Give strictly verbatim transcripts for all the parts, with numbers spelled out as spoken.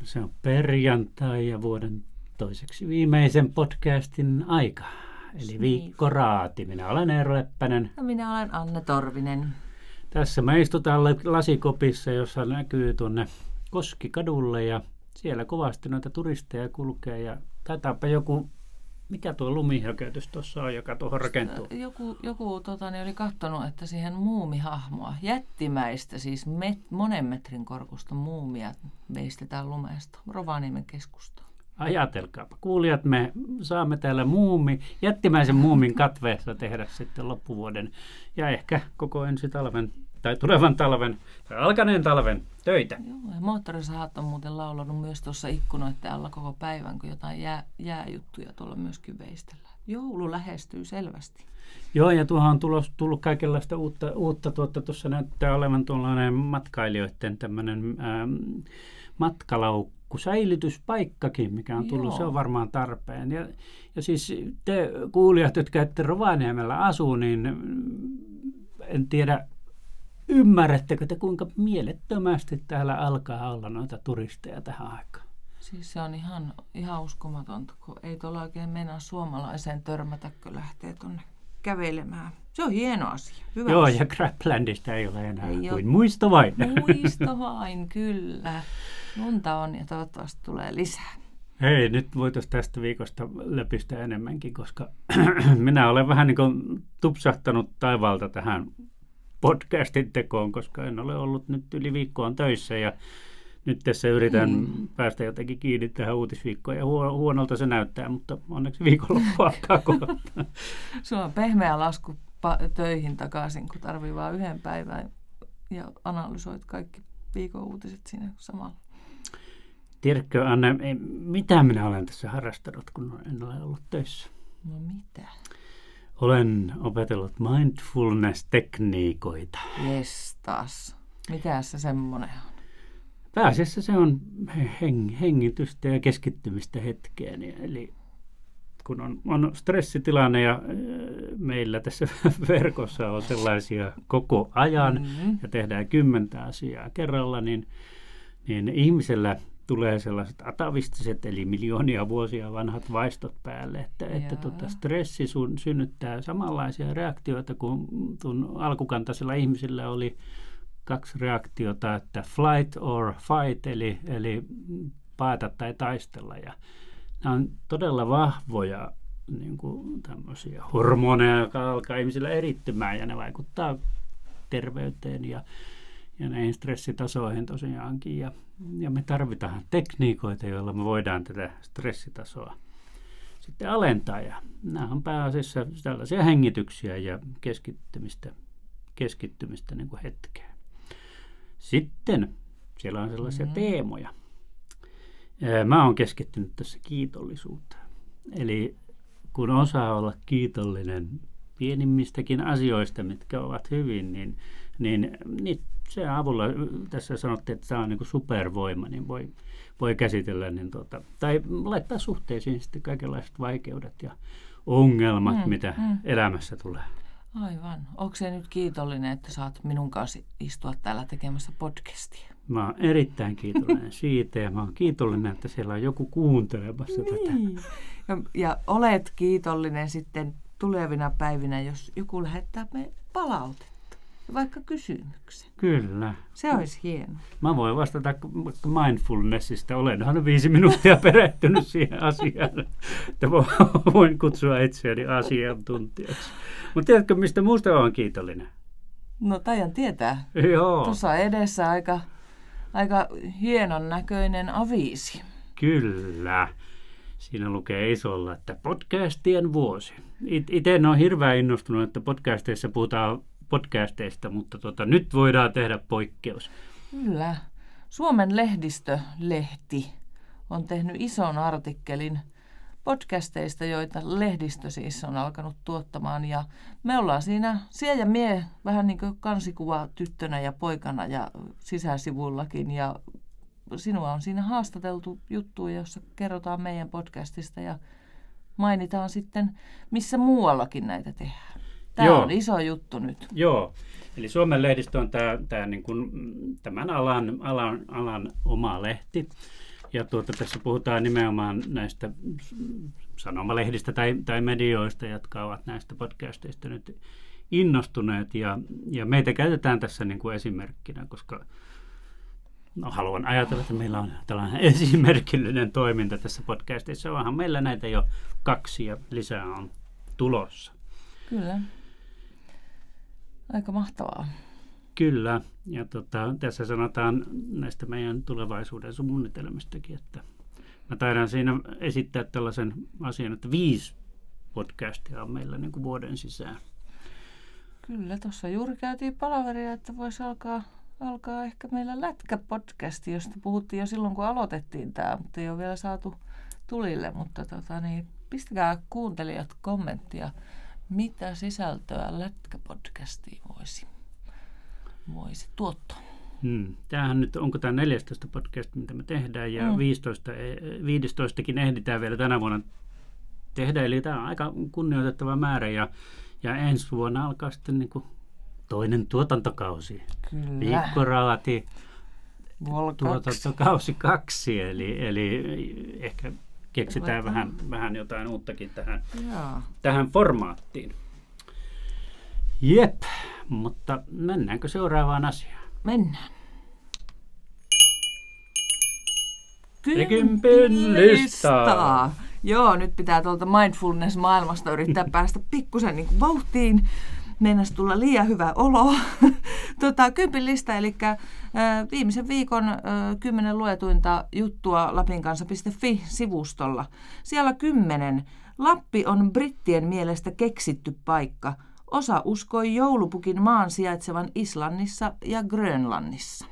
Se on perjantai ja vuoden toiseksi viimeisen podcastin aika. Eli Viikko Raati. Minä olen Eero Leppänen. Ja minä olen Anne Torvinen. Tässä me istutaan lasikopissa, jossa näkyy tuonne Koskikadulle ja siellä kovasti noita turisteja kulkee. Ja taitaapa joku, mikä tuo lumihökötys tuossa on, joka tuohon rakentuu? Joku, joku tota, niin oli katsonut, että siihen muumihahmoa, jättimäistä, siis met, monen metrin korkusta muumia veistetään lumesta Rovaniemen keskustaan. Ajatelkaapa. Kuulijat, me saamme täällä muumi, jättimäisen muumin katveessa tehdä sitten loppuvuoden ja ehkä koko ensi talven tai tulevan talven tai alkaneen talven töitä. Joo, ja moottorisahat on muuten laulanut myös tuossa ikkunoiden alla koko päivän, kun jotain jää, jääjuttuja tuolla myöskin veistellään. Joulu lähestyy selvästi. Joo, ja tuohon on tullut, tullut kaikenlaista uutta, uutta tuotta. Tuossa näyttää olevan tuollainen matkailijoiden tämmöinen ähm, matkalaukku. Säilytyspaikkakin, mikä on tullut, Joo. Se on varmaan tarpeen. Ja, ja siis te kuulijat, jotka ette Rovaniemellä asu, niin en tiedä, ymmärrättekö te, kuinka mielettömästi täällä alkaa olla noita turisteja tähän aikaan? Siis se on ihan, ihan uskomatonta, kun ei tuolla oikein mennä suomalaiseen törmätä, kun lähtee tuonne kävelemään. Se on hieno asia. Hyvä Joo, asia. ja Craplandista ei ole enää ei kuin ole. muisto vain. Muisto vain, kyllä. Lunta on ja toivottavasti tulee lisää. Hei, nyt voitaisiin tästä viikosta löpistä enemmänkin, koska minä olen vähän niin kuin tupsahtanut taivaalta tähän podcastin tekoon, koska en ole ollut nyt yli viikkoon töissä ja nyt tässä yritän mm. päästä jotenkin kiinni tähän uutisviikkoon ja huonolta se näyttää, mutta onneksi viikonloppu alkaa kohta. Sulla on pehmeä lasku pa- töihin takaisin, kun tarvii vain yhden päivän ja analysoit kaikki viikon uutiset siinä samalla. Tiedätkö, Anne, mitä minä olen tässä harrastanut, kun en ole ollut töissä? No mitä? Olen opetellut mindfulness-tekniikoita. Jes taas. Mitä se semmoinen on? Pääasiassa se on heng- hengitystä ja keskittymistä hetkeen. Eli kun on, on stressitilanne ja meillä tässä verkossa on sellaisia koko ajan mm-hmm. ja tehdään kymmentä asiaa kerralla, niin, niin ihmisellä tulee sellaiset atavistiset, eli miljoonia vuosia vanhat vaistot päälle, että, että tuota, stressi sun, synnyttää samanlaisia reaktioita kuin tuon alkukantaisella ihmisillä oli kaksi reaktiota, että flight or fight, eli, eli paeta tai taistella. Ja nämä on todella vahvoja niin kuin tämmöisiä hormoneja, jotka alkaa ihmisillä erittymään, ja ne vaikuttaa terveyteen ja ja näihin stressitasoihin tosiaankin. Ja, ja me tarvitaan tekniikoita, joilla me voidaan tätä stressitasoa sitten alentaa. Ja nämä on pääasiassa tällaisia hengityksiä ja keskittymistä, keskittymistä niin kuin hetkeen. Sitten siellä on sellaisia mm-hmm. teemoja. Mä oon keskittynyt tässä kiitollisuuteen. Eli kun osaa olla kiitollinen pienimmistäkin asioista, mitkä ovat hyvin, niin, niin, niin sen avulla, tässä sanottiin, että tämä on niin kuin supervoima, niin voi, voi käsitellä, niin tuota, tai laittaa suhteisiin sitten kaikenlaiset vaikeudet ja ongelmat, mm, mitä mm. elämässä tulee. Aivan. Onko se nyt kiitollinen, että saat minun kanssa istua täällä tekemässä podcastia? Mä oon erittäin kiitollinen siitä ja mä oon kiitollinen, että siellä on joku kuuntelemassa niin. tätä. Ja, ja olet kiitollinen sitten tulevina päivinä, jos joku lähettää me palautetta, vaikka kysymyksen. Kyllä. Se olisi hienoa. Mä voin vastata mindfulnessista. Olenhan viisi minuuttia perehtynyt siihen asiaan, että voin kutsua itseäni asiantuntijaksi. Mutta tiedätkö, mistä muusta olen kiitollinen? No taidan tietää. Joo. Tuossa edessä aika, aika hienon näköinen aviisi. Kyllä. Siinä lukee isolla, että podcastien vuosi. Itse en ole hirveän innostunut, että podcasteissa puhutaan podcasteista, mutta tota, nyt voidaan tehdä poikkeus. Kyllä. Suomen lehdistölehti on tehnyt ison artikkelin podcasteista, joita lehdistö siis on alkanut tuottamaan. Ja me ollaan siinä, siellä ja mie, vähän niin kuin kansikuva tyttönä ja poikana ja sisäsivullakin. Ja sinua on siinä haastateltu juttuja, jossa kerrotaan meidän podcastista ja mainitaan sitten, missä muuallakin näitä tehdään. Tämä Joo. on iso juttu nyt. Joo, eli Suomen lehdistö on tämä, tämä niin kuin, tämän alan, alan, alan oma lehti. ja tuota, tässä puhutaan nimenomaan näistä sanomalehdistä tai, tai medioista, jotka ovat näistä podcasteista nyt innostuneet. Ja, ja meitä käytetään tässä niin kuin esimerkkinä, koska no, haluan ajatella, että meillä on tällainen esimerkillinen toiminta tässä podcastissa. Onhan meillä näitä jo kaksi ja lisää on tulossa. Kyllä. Aika mahtavaa. Kyllä. Ja tota, tässä sanotaan näistä meidän tulevaisuuden suunnitelmistakin, että mä taidan siinä esittää tällaisen asian, että viisi podcastia on meillä niin kuin vuoden sisään. Kyllä, tuossa juuri käytiin palaveria, että voisi alkaa, alkaa ehkä meillä lätkäpodcasti, josta puhuttiin jo silloin, kun aloitettiin tämä, mutta ei ole vielä saatu tulille. Mutta tota, niin, pistäkää kuuntelijat kommenttia, mitä sisältöä lätkäpodcastiin voisi, voisi tuottaa. Hmm. Tämähän nyt, onko tämä neljästoista podcast, mitä me tehdään, ja Mm. viisitoista, viisitoistakin ehditään vielä tänä vuonna tehdä, eli tämä on aika kunnioitettava määrä, ja, ja ensi vuonna alkaa sitten niin kuin toinen tuotantokausi. Kyllä. Viikkoraati, Vol kaksi. tuotantokausi kaksi, eli, eli ehkä keksitään Ruvetaan. vähän, vähän jotain uuttakin tähän, Jaa. tähän formaattiin. Jep, mutta mennäänkö seuraavaan asiaan? Mennään. Kympin listaa. Joo, nyt pitää tuolta mindfulness-maailmasta yrittää päästä pikkusen niin kuin vauhtiin. Meinasi tulla liian hyvä olo. tota, kympin lista, eli äh, viimeisen viikon äh, kymmenen luetuinta juttua lapinkansa piste fi-sivustolla. Siellä kymmenen. Lappi on brittien mielestä keksitty paikka. Osa uskoi joulupukin maan sijaitsevan Islannissa ja Grönlannissa.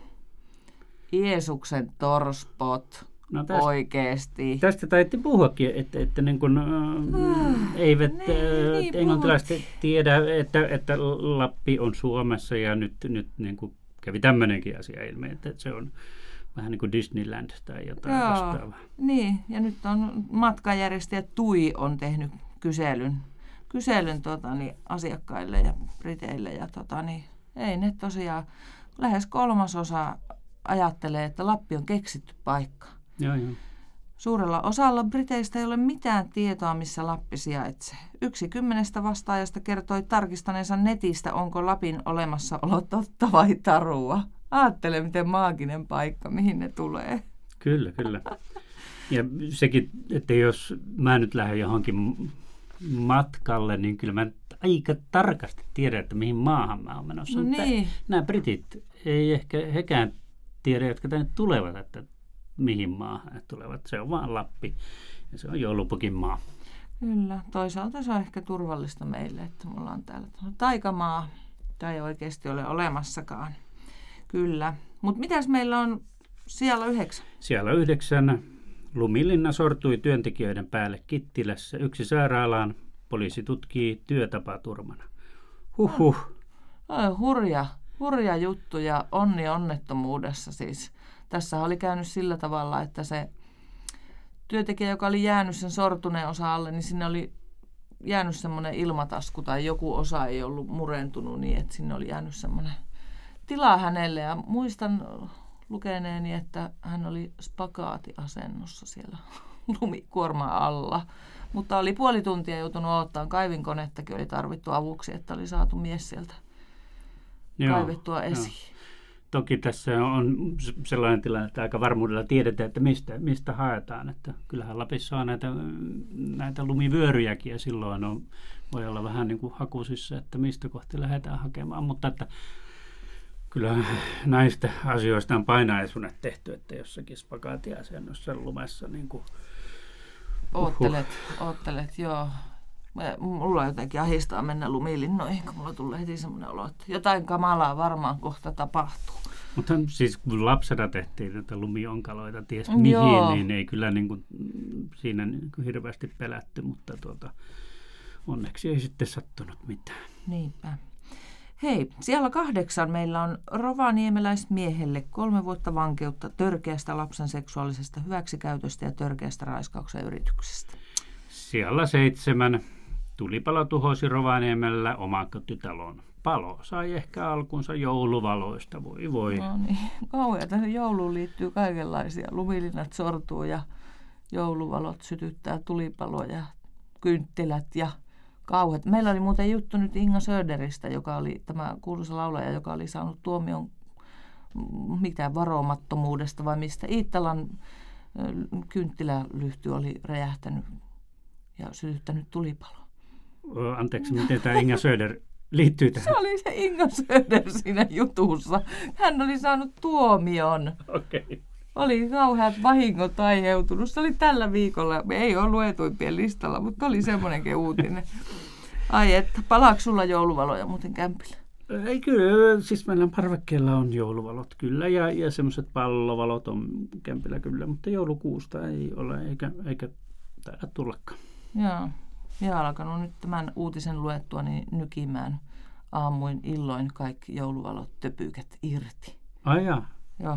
Jeesuksen torspot. No tästä, Oikeesti. tästä taitti puhuakin, että, että niin kun, äh, eivät niin, äh, niin englantilaiset puhuttiin. tiedä, että, että Lappi on Suomessa, ja nyt, nyt niin kuin kävi tämmöinenkin asia ilmi, että se on vähän niin kuin Disneyland tai jotain Joo, vastaavaa. niin, ja nyt on matkanjärjestäjä Tui on tehnyt kyselyn, kyselyn tota, niin, asiakkaille ja briteille, ja tota, niin, ei ne tosiaan, lähes kolmasosa ajattelee, että Lappi on keksitty paikka. Joo, joo. Suurella osalla briteistä ei ole mitään tietoa, missä Lappi sijaitsee. Yksi kymmenestä vastaajasta kertoi tarkistaneensa netistä, onko Lapin olemassaolo totta vai tarua. Aattele, miten maaginen paikka, mihin ne tulee. Kyllä, kyllä. Ja sekin, että jos mä nyt lähden johonkin matkalle, niin kyllä mä aika tarkasti tiedän, että mihin maahan mä oon menossa. No niin. Nämä britit ei ehkä hekään tiedä, jotka tänne tulevat, että mihin maahan he tulevat. Se on vaan Lappi ja se on joulupukin maa. Kyllä. Toisaalta se on ehkä turvallista meille, että me ollaan täällä taikamaa. Tai ei oikeasti ole olemassakaan. Kyllä. Mutta mitäs meillä on siellä yhdeksän? Siellä yhdeksän. Lumilinna sortui työntekijöiden päälle Kittilässä. Yksi sairaalaan. Poliisi tutkii työtapaturmana. Huhhuh. No, hurja, hurja juttu ja onni onnettomuudessa siis. Tässä oli käynyt sillä tavalla, että se työntekijä, joka oli jäänyt sen sortuneen osa alle, niin sinne oli jäänyt semmoinen ilmatasku tai joku osa ei ollut murentunut niin, että sinne oli jäänyt semmoinen tila hänelle. Ja muistan lukeneeni, että hän oli spagaatiasennossa siellä lumikuorman alla. Mutta oli puoli tuntia joutunut odottaa. Kaivinkonettakin oli tarvittu avuksi, että oli saatu mies sieltä Joo, kaivettua esiin. Joo. Toki tässä on sellainen tilanne, että aika varmuudella tiedetään, että mistä, mistä haetaan. Että kyllähän Lapissa on näitä, näitä lumivyöryjäkin ja silloin on, voi olla vähän niin kuin hakusissa, että mistä kohti lähdetään hakemaan. Mutta että kyllä näistä asioista on painaisuunet tehty, että jossakin spagaatiasennossa lumessa niin kuin Oottelet, oottelet, joo. Mä- Mulla jotenkin ahistaa mennä lumilinnoihin, kun mulla tulee heti semmoinen olo, että jotain kamalaa varmaan kohta tapahtuu. Mutta siis kun lapsena tehtiin näitä lumionkaloita, ties Joo. mihin, niin ei kyllä niin kuin siinä niin kuin hirveästi pelätty, mutta tuota, onneksi ei sitten sattunut mitään. Niinpä. Hei, siellä kahdeksan meillä on rovaniemeläismiehelle kolme vuotta vankeutta törkeästä lapsen seksuaalisesta hyväksikäytöstä ja törkeästä raiskauksen yrityksestä. Siellä seitsemän. tulipalo tuhosi Rovaniemellä omakotitalon. Palo sai ehkä alkunsa jouluvaloista, voi voi. No niin, kauheata. Jouluun liittyy kaikenlaisia. Lumilinnat sortuu ja jouluvalot sytyttää tulipaloja, kynttilät ja kauheat. Meillä oli muuten juttu nyt Inga Söderistä, joka oli tämä kuuluisa laulaja, joka oli saanut tuomion mitä varomattomuudesta vai mistä. Iittalan kynttilälyhty oli räjähtänyt ja sytyttänyt tulipalo. Anteeksi, miten tämä Inga Söder liittyy tähän? Se oli se Inga Söder siinä jutussa. Hän oli saanut tuomion. Okei. Okay. Oli kauheat vahingot aiheutunut. Se oli tällä viikolla. Ei ole luetuimpien listalla, mutta oli semmoinenkin uutinen. Ai että, palaako sulla jouluvaloja muuten kämpillä? Ei kyllä, siis meillä parvekkeella on jouluvalot kyllä ja, ja semmoiset pallovalot on kämpillä kyllä, mutta joulukuusta ei ole eikä, eikä taida tullakaan. Joo, ja alkanut nyt tämän uutisen luettua niin nykimään aamuin illoin kaikki jouluvalot töpykät irti. Ai jaa. Joo,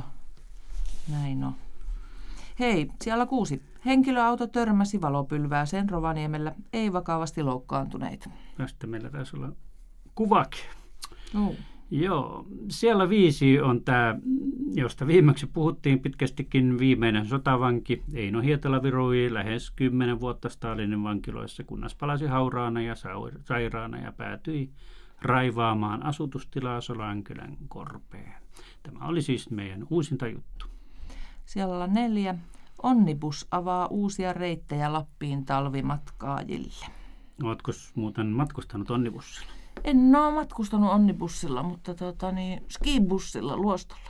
näin on. Hei, siellä kuusi. Henkilöauto törmäsi valopylvääseen Rovaniemellä, ei vakavasti loukkaantuneita. Tästä meillä taisi olla kuvakin. No. Joo, siellä viisi on tämä, josta viimeksi puhuttiin pitkästikin, viimeinen sotavanki. Eino Hietala virui lähes kymmenen vuotta Stalinin vankiloissa, kunnes palasi hauraana ja sairaana ja päätyi raivaamaan asutustilaa Sodankylän korpeen. Tämä oli siis meidän uusinta juttu. Siellä neljä. Onnibus avaa uusia reittejä Lappiin talvimatkaajille. Oletko muuten matkustanut onnibussilla? En ole matkustanut onnibussilla, mutta tota, niin, skibussilla Luostolla.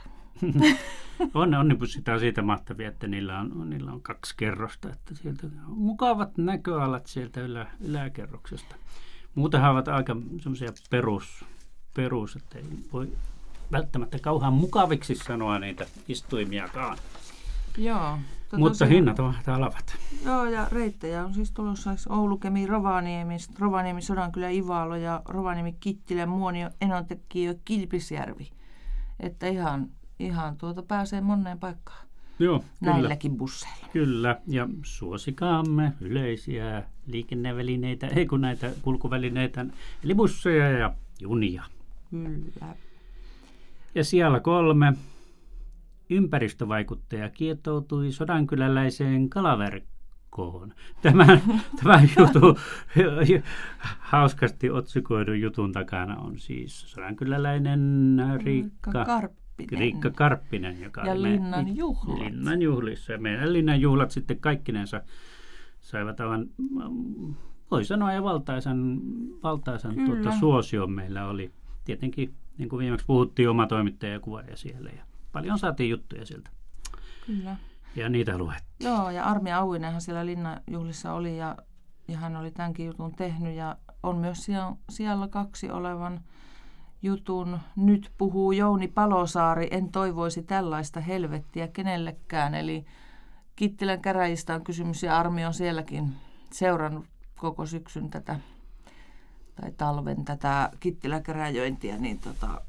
on, onnibussit on siitä mahtavia, että niillä on, niillä on kaksi kerrosta. Että sieltä on mukavat näköalat sieltä ylä, yläkerroksesta. Muutenhan ovat aika semmoisia perus, perus, että ei voi välttämättä kauhean mukaviksi sanoa niitä istuimiakaan. Joo. Mutta hinnat ovat alavat. Joo, ja reittejä on siis tulossa Oulu, Kemi, Rovaniemi, Rovaniemi, Sodankylä, Ivalo ja Rovaniemi, Kittilä, Muonio, Enontekiö, Kilpisjärvi. Että ihan, ihan tuota pääsee moneen paikkaan. Joo, näilläkin kyllä, busseilla. Kyllä, ja suosikaamme yleisiä liikennevälineitä, ei kun näitä kulkuvälineitä, eli busseja ja junia. Kyllä. Ja siellä kolme. Ympäristövaikuttaja kietoutui sodankyläläiseen kalaverkkoon. Tämän, tämän jutun, hauskasti otsikoidun jutun takana on siis sodankyläläinen Riikka Karppinen, Riikka Karppinen joka ja oli Linnan juhlat. Linnan juhlissa. Ja meidän Linnan juhlat sitten kaikkinensa saivat aivan, voi sanoa, ja valtaisan, valtaisan tuota, suosion meillä oli. Tietenkin, niin kuin viimeksi puhuttiin, oma toimittaja ja kuvaaja siellä. Ja paljon saatiin juttuja sieltä. Kyllä. Ja niitä luettiin. Joo, ja Armi Auinenhan siellä Linnan juhlissa oli, ja, ja hän oli tämänkin jutun tehnyt, ja on myös siellä, siellä kaksi olevan jutun. Nyt puhuu Jouni Palosaari, en toivoisi tällaista helvettiä kenellekään. Eli Kittilän käräjistä on kysymys, ja Armi on sielläkin seurannut koko syksyn tätä, tai talven tätä Kittilän käräjöintiä, niin tota,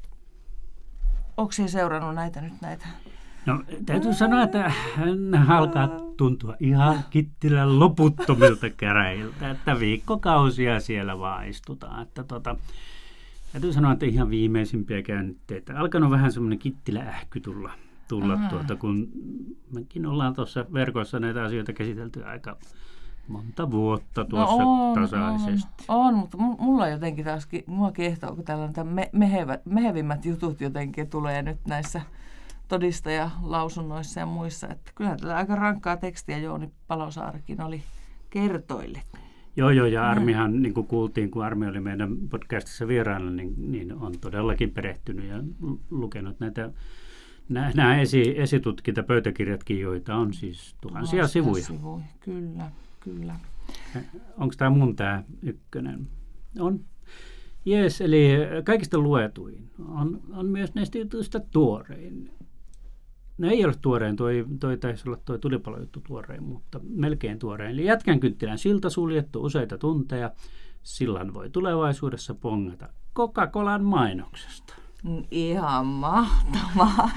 onko se seurannut näitä nyt näitä? No täytyy sanoa, että hän alkaa tuntua ihan Kittilän loputtomilta käräjiltä, että viikkokausia siellä vaan istutaan. Että tota, täytyy sanoa, että ihan viimeisimpiä käynnitteitä. Alkanut vähän semmoinen Kittilä-ähky tulla, tulla tuota, kun mekin ollaan tuossa verkossa näitä asioita käsitelty aika monta vuotta tuossa no on, tasaisesti. On, on, mutta mulla jotenkin taas, mua kiehtoo, kun täällä on me, mehevät, mehevimmät jutut jotenkin tulee nyt näissä todistajalausunnoissa ja muissa. Että kyllä tällä aika rankkaa tekstiä Jouni Palosaarikin oli kertoille. Joo, joo, ja Armihan, niin kuin kuultiin, kun Armi oli meidän podcastissa vieraana, niin, niin on todellakin perehtynyt ja lukenut näitä nämä esi, esitutkintapöytäkirjatkin, joita on siis tuhansia sivuja. sivuja. Kyllä. Kyllä. Onko tämä mun tämä ykkönen? On. Jees, eli kaikista luetuin. On, on myös näistä jutuista tuorein. No ei ole tuorein, toi, toi taisi olla tuo tulipalojuttu tuorein, mutta melkein tuorein. Eli Jätkän kynttilän silta suljettu useita tunteja. Sillan voi tulevaisuudessa pongata Coca-Colan mainoksesta. Ihan mahtavaa.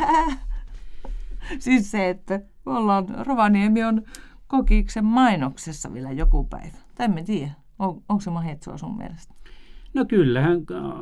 Siis se, että ollaan, Rovaniemi on Kokiksen mainoksessa vielä joku päivä. Tai en tiedä. On, onko se mahetsua sun mielestä? No kyllähän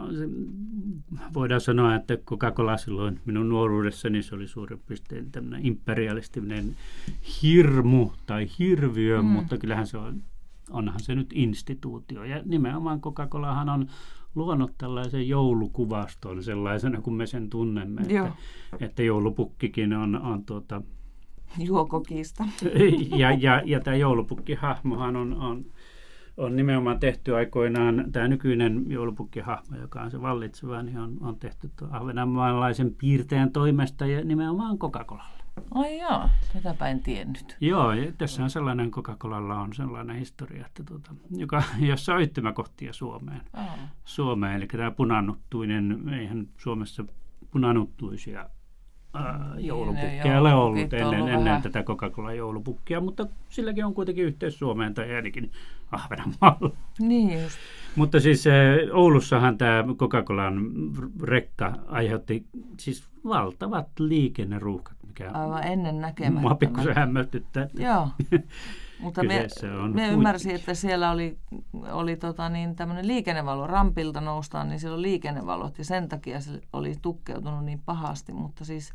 voidaan sanoa, että Coca-Cola silloin minun nuoruudessani se oli suurin piirtein tämmöinen imperialistinen hirmu tai hirviö, mm. mutta kyllähän se on, onhan se nyt instituutio. Ja nimenomaan Coca-Colahan on luonut tällaisen joulukuvaston sellaisena, kun me sen tunnemme, että, että joulupukkikin on, on tuota... Juokokiista. Ja, ja, ja tämä joulupukkihahmohan on... on on nimenomaan tehty aikoinaan, tämä nykyinen joulupukkihahmo, joka on se vallitseva, niin on, on tehty ahvenanmaalaisen piirtäjän toimesta ja nimenomaan Coca-Colalle. Ai joo, tätäpä en tiennyt. Joo, ja tässä on sellainen, Coca-Colalla on sellainen historia, että tuota, joka, jossa on yhtymäkohtia Suomeen. Oh. Suomeen, eli tämä punanuttuinen, eihän Suomessa punanuttuisia Ää, joulupukkia ole ollut ennen, ennen tätä Coca-Cola joulupukkia, mutta silläkin on kuitenkin yhteys Suomeen tai ainakin Ahvenanmaalla. Niin just. Mutta siis Oulussahan tämä Coca-Colan rekka aiheutti siis valtavat liikenneruuhkat, mikä aivan ennen näkemättä. Mua pikkusen hämmästyttää. Joo, mutta me, me ymmärsin, että siellä oli, oli tota niin, tämmöinen liikennevalo, rampilta noustaan, niin siellä on liikennevalot ja sen takia se oli tukkeutunut niin pahasti, mutta siis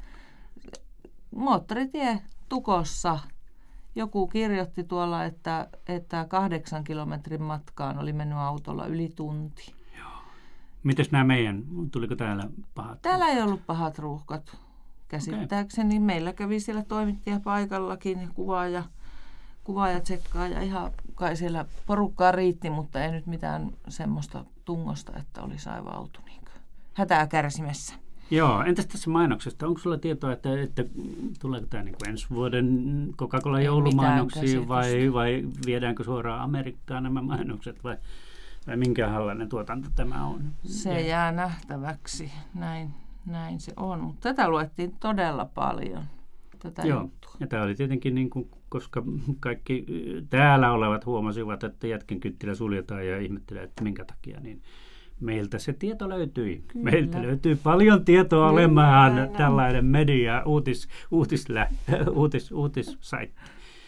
moottoritie tukossa. Joku kirjoitti tuolla, että, että kahdeksan kilometrin matkaan oli mennyt autolla yli tunti. Joo. Mites nämä meidän, tuliko täällä pahat? Täällä ei ollut pahat ruuhkat. Käsittääkseni okay. Meillä kävi siellä toimittaja paikallakin ja kuvaaja, kuvaaja tsekkaa ja ihan kai siellä porukkaa riitti, mutta ei nyt mitään semmoista tungosta, että olisi aivan oltu niin hätää kärsimässä. Joo, entäs tässä mainoksesta? Onko sulla tietoa, että, että tuleeko tämä niin kuin ensi vuoden Coca-Cola joulumainoksiin vai, vai viedäänkö suoraan Amerikkaan nämä mainokset vai, vai minkälainen tuotanto tämä on? Se ja. jää nähtäväksi, näin, näin se on, mutta tätä luettiin todella paljon. Tätä Joo, juttua. Ja tämä oli tietenkin, niin kuin, koska kaikki täällä olevat huomasivat, että jätkin kyttilä suljetaan ja ihmettelevät, että minkä takia, niin meiltä se tieto löytyi. Kyllä. Meiltä löytyy paljon tietoa olemaan tällainen media, uutis, uutislä, uutis, uutissaitti.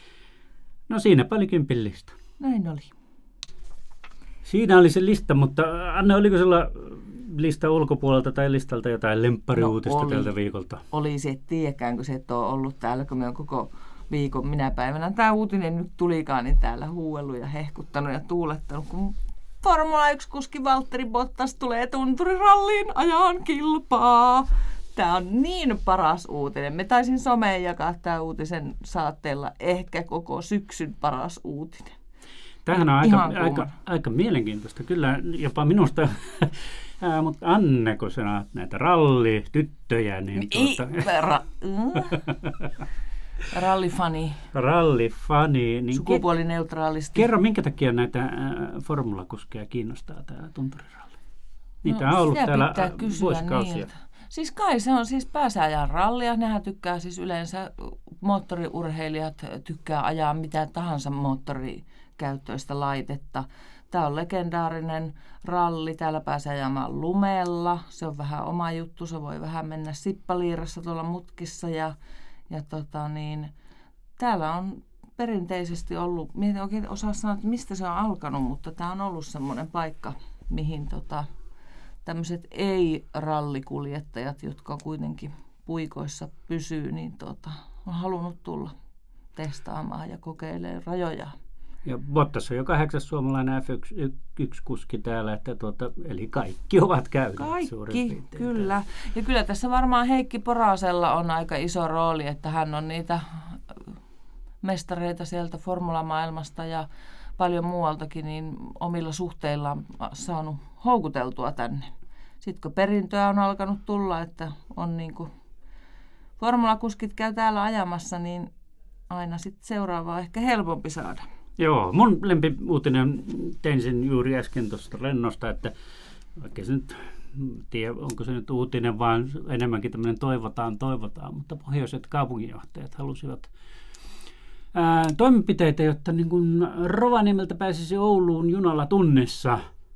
No siinäpä oli kympin lista. Näin oli. Siinä oli se lista, mutta Anne, oliko sulla lista ulkopuolelta tai listalta jotain lemppariuutista no, tältä viikolta? Oli se, et tiedäkään, kun se et ole ollut täällä, kun me on koko viikon minä päivänä. Tämä uutinen nyt tulikaan, niin täällä huuellut ja hehkuttanut ja tuulettanut, kun Formula yksi-kuski Valtteri Bottas tulee tunturiralliin ajan kilpaa. Tämä on niin paras uutinen. Me taisin someen jakaa tämä uutisen saatteella ehkä koko syksyn paras uutinen. Tämähän on aika, aika, aika mielenkiintoista. Kyllä jopa minusta, Ää, mutta Anne, kun sä oot näitä rallityttöjä, niin tuota... Rallifani. Rallifani. Niin sukupuolineutraalisti. Kerro, minkä takia näitä äh, formulakuskeja kiinnostaa tämä tunturiralli? Niitä no, on ollut täällä vuosikausia. Niiltä. Siis kai se on siis pääsääjän rallia. Nehän tykkää siis yleensä, moottoriurheilijat tykkää ajaa mitä tahansa moottorikäyttöistä laitetta. Tämä on legendaarinen ralli. Täällä pääsee ajamaan lumella. Se on vähän oma juttu. Se voi vähän mennä sippaliirassa tuolla mutkissa ja Ja tota niin, täällä on perinteisesti ollut, en oikein osaa sanoa, että mistä se on alkanut, mutta tämä on ollut semmoinen paikka, mihin tota, tämmöiset ei-rallikuljettajat, jotka kuitenkin puikoissa pysyy, niin tota, on halunnut tulla testaamaan ja kokeilemaan rajoja. Ja Bottas on jo kahdeksas suomalainen F yksi kuski täällä, että tuota, eli kaikki ovat käyneet. Kaikki, kyllä. Ja kyllä tässä varmaan Heikki Porasella on aika iso rooli, että hän on niitä mestareita sieltä formulamaailmasta ja paljon muualtakin, niin omilla suhteillaan saanut houkuteltua tänne. Sitten kun perintöä on alkanut tulla, että on niin kuin formulakuskit käy täällä ajamassa, niin aina sitten seuraavaa ehkä helpompi saada. Joo, mun lempiuutinen tein sen juuri äsken tuosta lennosta, että vaikka se nyt, tiedä onko se nyt uutinen, vaan enemmänkin tämmöinen toivotaan, toivotaan, mutta pohjoiset kaupunginjohtajat halusivat ää, toimenpiteitä, jotta niin kun Rovaniemeltä pääsisi Ouluun junalla tunnissa.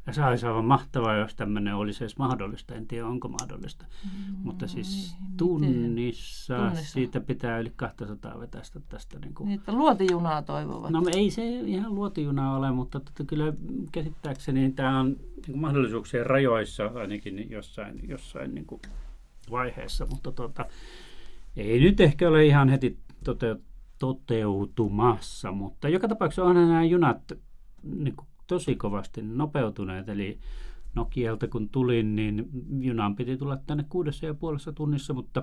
Ja se olisi aivan mahtavaa, jos tämmöinen olisi edes mahdollista. En tiedä, onko mahdollista. Mm, Mutta siis tunnissa, tunnissa siitä pitää yli kaksisataa vetästä tästä. Niin kuin. Niin, että luotijunaa toivovat. No ei se ihan luotijunaa ole, mutta tota, kyllä käsittääkseni tämä on niin kuin mahdollisuuksien rajoissa ainakin jossain, jossain niin kuin vaiheessa. Mutta tota, ei nyt ehkä ole ihan heti tote, toteutumassa, mutta joka tapauksessa onhan nämä junat niin kuin tosi kovasti nopeutuneet, eli Nokialta kun tulin, niin junaan piti tulla tänne kuudessa ja puolessa tunnissa, mutta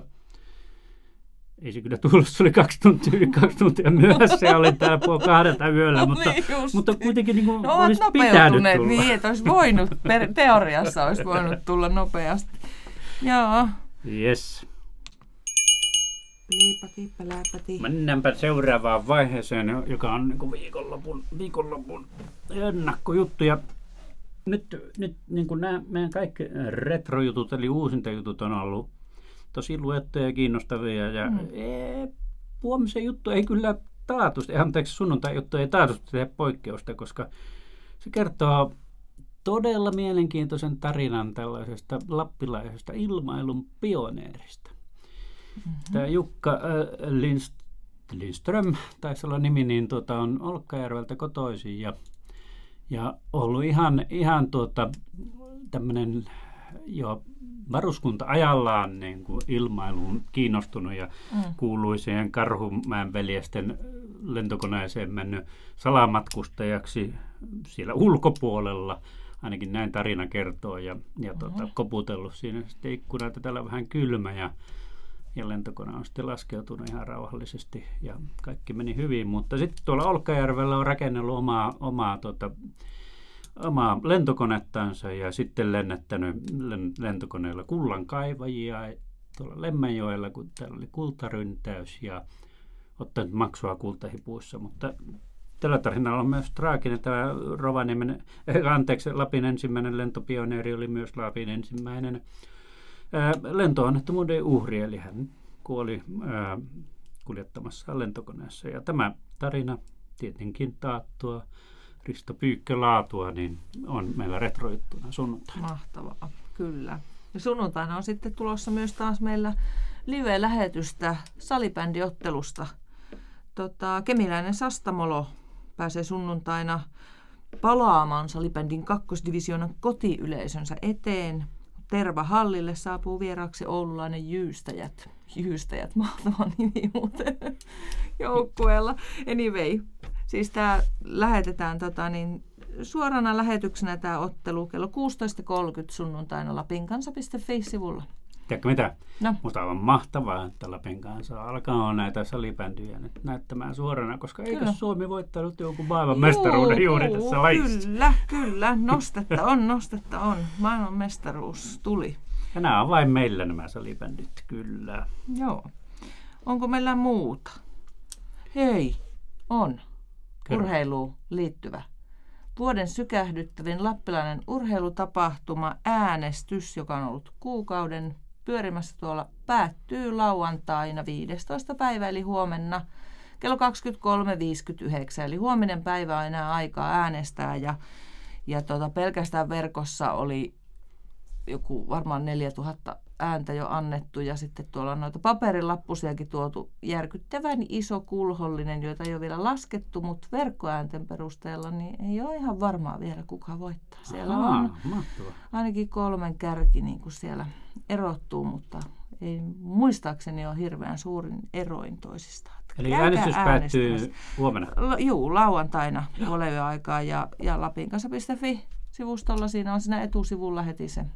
ei se kyllä tullut, se oli kaksi tuntia, yli kaksi tuntia myöhässä ja olin täällä puoli kahdelta yöllä, no mutta, niin mutta kuitenkin niin kuin no, olisi pitänyt tulla. Niin, että olisi voinut, per, teoriassa olisi voinut tulla nopeasti. Joo. Yes. Liipati, peläpäti. Mennäänpä seuraavaan vaiheeseen, joka on niin kuin viikonlopun, viikonlopun ennakkojuttu. Ja nyt, nyt niin kuin nämä meidän kaikki retrojutut, eli uusintajutut on ollut tosi luettuja ja kiinnostavia. Ja mm. ee, huomisen juttu ei kyllä taatusti, anteeksi sunnuntai juttu ei taatusti tehdä poikkeusta, koska se kertoo todella mielenkiintoisen tarinan tällaisesta lappilaisesta ilmailun pioneerista. Mm-hmm. Tämä Jukka äh, Lindst, Lindström, taisi olla nimi, niin tuota, on Olkkajärveltä kotoisin ja, ja ollut ihan, ihan tuota, tämmöinen jo varuskunta-ajallaan niin kuin ilmailuun kiinnostunut ja mm. kuului siihen Karhumäen veljesten lentokoneeseen mennyt salamatkustajaksi siellä ulkopuolella. Ainakin näin tarina kertoo ja, ja mm-hmm. tuota, koputellut siinä sitten ikkunaa, että täällä on vähän kylmä ja Ja lentokone on sitten laskeutunut ihan rauhallisesti ja kaikki meni hyvin. Mutta sitten tuolla Olkkajärvellä on rakennellut omaa, omaa, tuota, omaa lentokonettansa ja sitten lennättänyt lentokoneella kullankaivajia tuolla Lemmenjoella, kun täällä oli kultaryntäys ja ottanut maksua kultahipuissa. Mutta tällä tarinalla on myös traaginen. Tämä Rovaniemen, eh, anteeksi, Lapin ensimmäinen lentopioneeri oli myös Lapin ensimmäinen lentoonnettomuuden uhri, eli hän kuoli ää, kuljettamassa lentokoneessa. Ja tämä tarina, tietenkin taattua Risto Pyykkö-laatua, niin on meillä retrojuttuna sunnuntaina. Mahtavaa, kyllä. Ja sunnuntaina on sitten tulossa myös taas meillä live-lähetystä salibändiottelusta. Tota, kemiläinen Sastamolo pääsee sunnuntaina palaamaan salibändin kakkosdivisioonan kotiyleisönsä eteen. Tervahallille saapuu vieraaksi oululainen Jyystäjät. Jyystäjät, mahtava nimi muuten joukkueella. Anyway, siis tämä lähetetään tota, niin, suorana lähetyksenä tämä ottelu kello kuusitoista kolmekymmentä sunnuntaina lapinkansa piste fi-sivulla. Tiedätkö mitä? No. Musta on mahtavaa, että Lapin kanssa alkaa näitä salibändyjä nyt näyttämään suorana, koska eikö kyllä Suomi voittanut jonkun maailman mestaruuden juuri tässä lajissa? Kyllä, kyllä. Nostetta on, nostetta on. Maailman mestaruus tuli. Ja nämä on vain meillä nämä salibändit, kyllä. Joo. Onko meillä muuta? Hei, on. Kerro. Urheiluun liittyvä. Vuoden sykähdyttävin lappilainen urheilutapahtuma äänestys, joka on ollut kuukauden pyörimässä tuolla, päättyy lauantaina viidestoista päivä, eli huomenna kello kaksikymmentäkolme viisikymmentäyhdeksän. Eli huominen päivä on enää aikaa äänestää ja, ja tuota, pelkästään verkossa oli joku varmaan neljätuhatta ääntä jo annettu ja sitten tuolla on noita paperilappusiakin tuotu järkyttävän iso kulhollinen, joita ei ole vielä laskettu, mutta verkkoäänten perusteella niin ei ole ihan varmaa vielä kuka voittaa. Siellä Ahaa, on mahtavaa. ainakin kolmen kärki niin kuin siellä erottuu, mutta ei muistaakseni ole hirveän suurin eroin toisistaan. Eli äänestys päättyy huomenna? La, juu, lauantaina puolen aikaa ja, ja lapinkansa piste fi-sivustolla siinä on siinä etusivulla heti se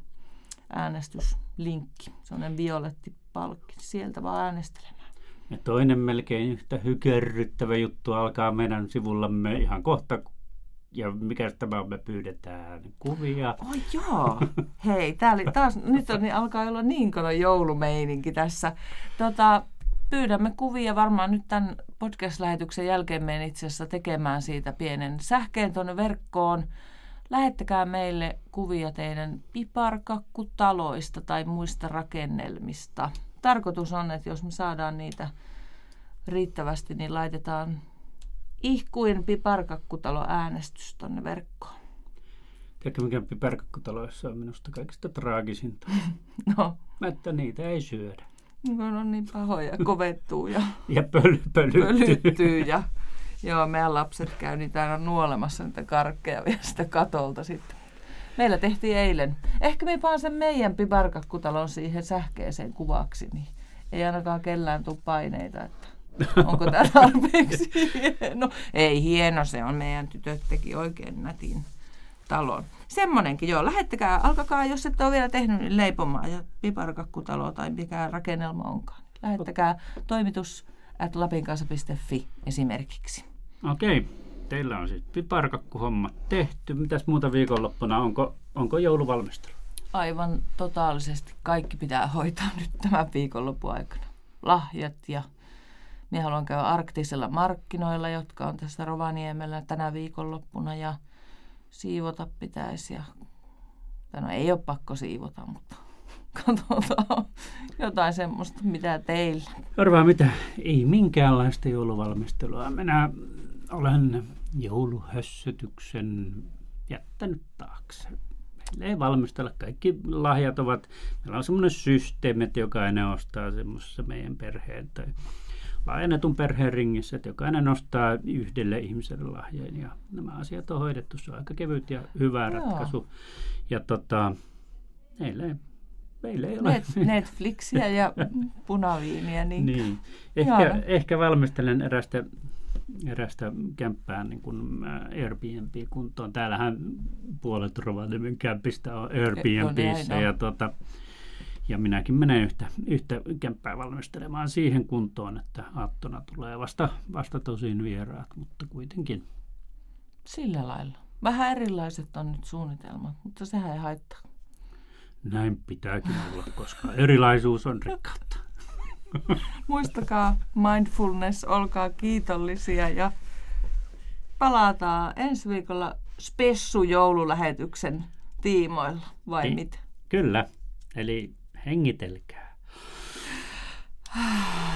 äänestyslinkki, sellainen violetti palkki, sieltä vaan äänestelemään. Ja toinen melkein yhtä hykerryttävä juttu alkaa meidän sivullamme ihan kohta. Ja mikä tämä me pyydetään? Kuvia. Oh joo. Hei, tää oli taas, nyt on, niin alkaa olla niin kato joulumeininki tässä. Tota, pyydämme kuvia varmaan nyt tämän podcast-lähetyksen jälkeen menen itse asiassa tekemään siitä pienen sähkeen tuonne verkkoon. Lähettäkää meille kuvia teidän piparkakkutaloista tai muista rakennelmista. Tarkoitus on, että jos me saadaan niitä riittävästi, niin laitetaan ihkuin piparkakkutalo äänestys tuonne verkkoon. Tiedätkö, mikä piparkakkutaloissa on minusta kaikista traagisinta? No. Että niitä ei syödä. Kun on niin pahoja, kovettuu ja, ja pöly, pölyttyy. pölyttyy. Ja, joo, meidän lapset käy niitä aina nuolemassa niitä karkkeja vielä sitä katolta sitten. Meillä tehtiin eilen. Ehkä me vaan sen meidän piparkakkutalon siihen sähkeeseen kuvaksi, niin ei ainakaan kellään tule paineita, että onko tämä tarpeeksi hieno. Ei hieno, se on. Meidän tytöt teki oikein nätin talon. Semmonenkin, joo. Lähettäkää, alkakaa, jos et ole vielä tehnyt, niin leipomaa ja piparkakkutalo tai mikä rakennelma onkaan. Lähettäkää toimitus at lapinkansa piste fi esimerkiksi. Okei. Teillä on siis piparkakkuhommat tehty. Mitäs muuta viikonloppuna? Onko, onko jouluvalmistelu? Aivan totaalisesti kaikki pitää hoitaa nyt tämän viikonlopun aikana. Lahjat ja minä haluan käydä arktisilla markkinoilla, jotka on tässä Rovaniemellä tänä viikonloppuna ja siivota pitäisi. Ja, no ei ole pakko siivota, mutta katsotaan jotain semmoista, mitä teillä. Arvaa mitä? Ei minkäänlaista jouluvalmistelua. Minä olen jouluhössötyksen jättänyt taakse. Meillä ei valmistella. Kaikki lahjat ovat, meillä on semmoinen systeemi, että jokainen ostaa semmoisessa meidän perheen tai laajennetun perheen ringissä, että jokainen ostaa yhdelle ihmiselle lahjan ja nämä asiat on hoidettu. Se on aika kevyt ja hyvä Joo. ratkaisu. Ja tota, meillä ei, meillä ei ole. Net, Netflixiä ja punaviiniä. Niin. niin. Ehkä, ehkä valmistelen erästä erästä kämppää niin kuin Airbnb-kuntoon. Täällähän puolet Rovaniemen kämpistä on Airbnbissä ja, tota, ja minäkin menen yhtä, yhtä kämppää valmistelemaan siihen kuntoon, että aattona tulee vasta, vasta tosin vieraat, mutta kuitenkin. Sillä lailla. Vähän erilaiset on nyt suunnitelmat, mutta sehän ei haittaa. Näin pitääkin olla, koska erilaisuus on rikkautta. Muistakaa mindfulness, olkaa kiitollisia ja palataan ensi viikolla spessu-joululähetyksen tiimoilla, vai I, mitä? Kyllä, eli hengitelkää.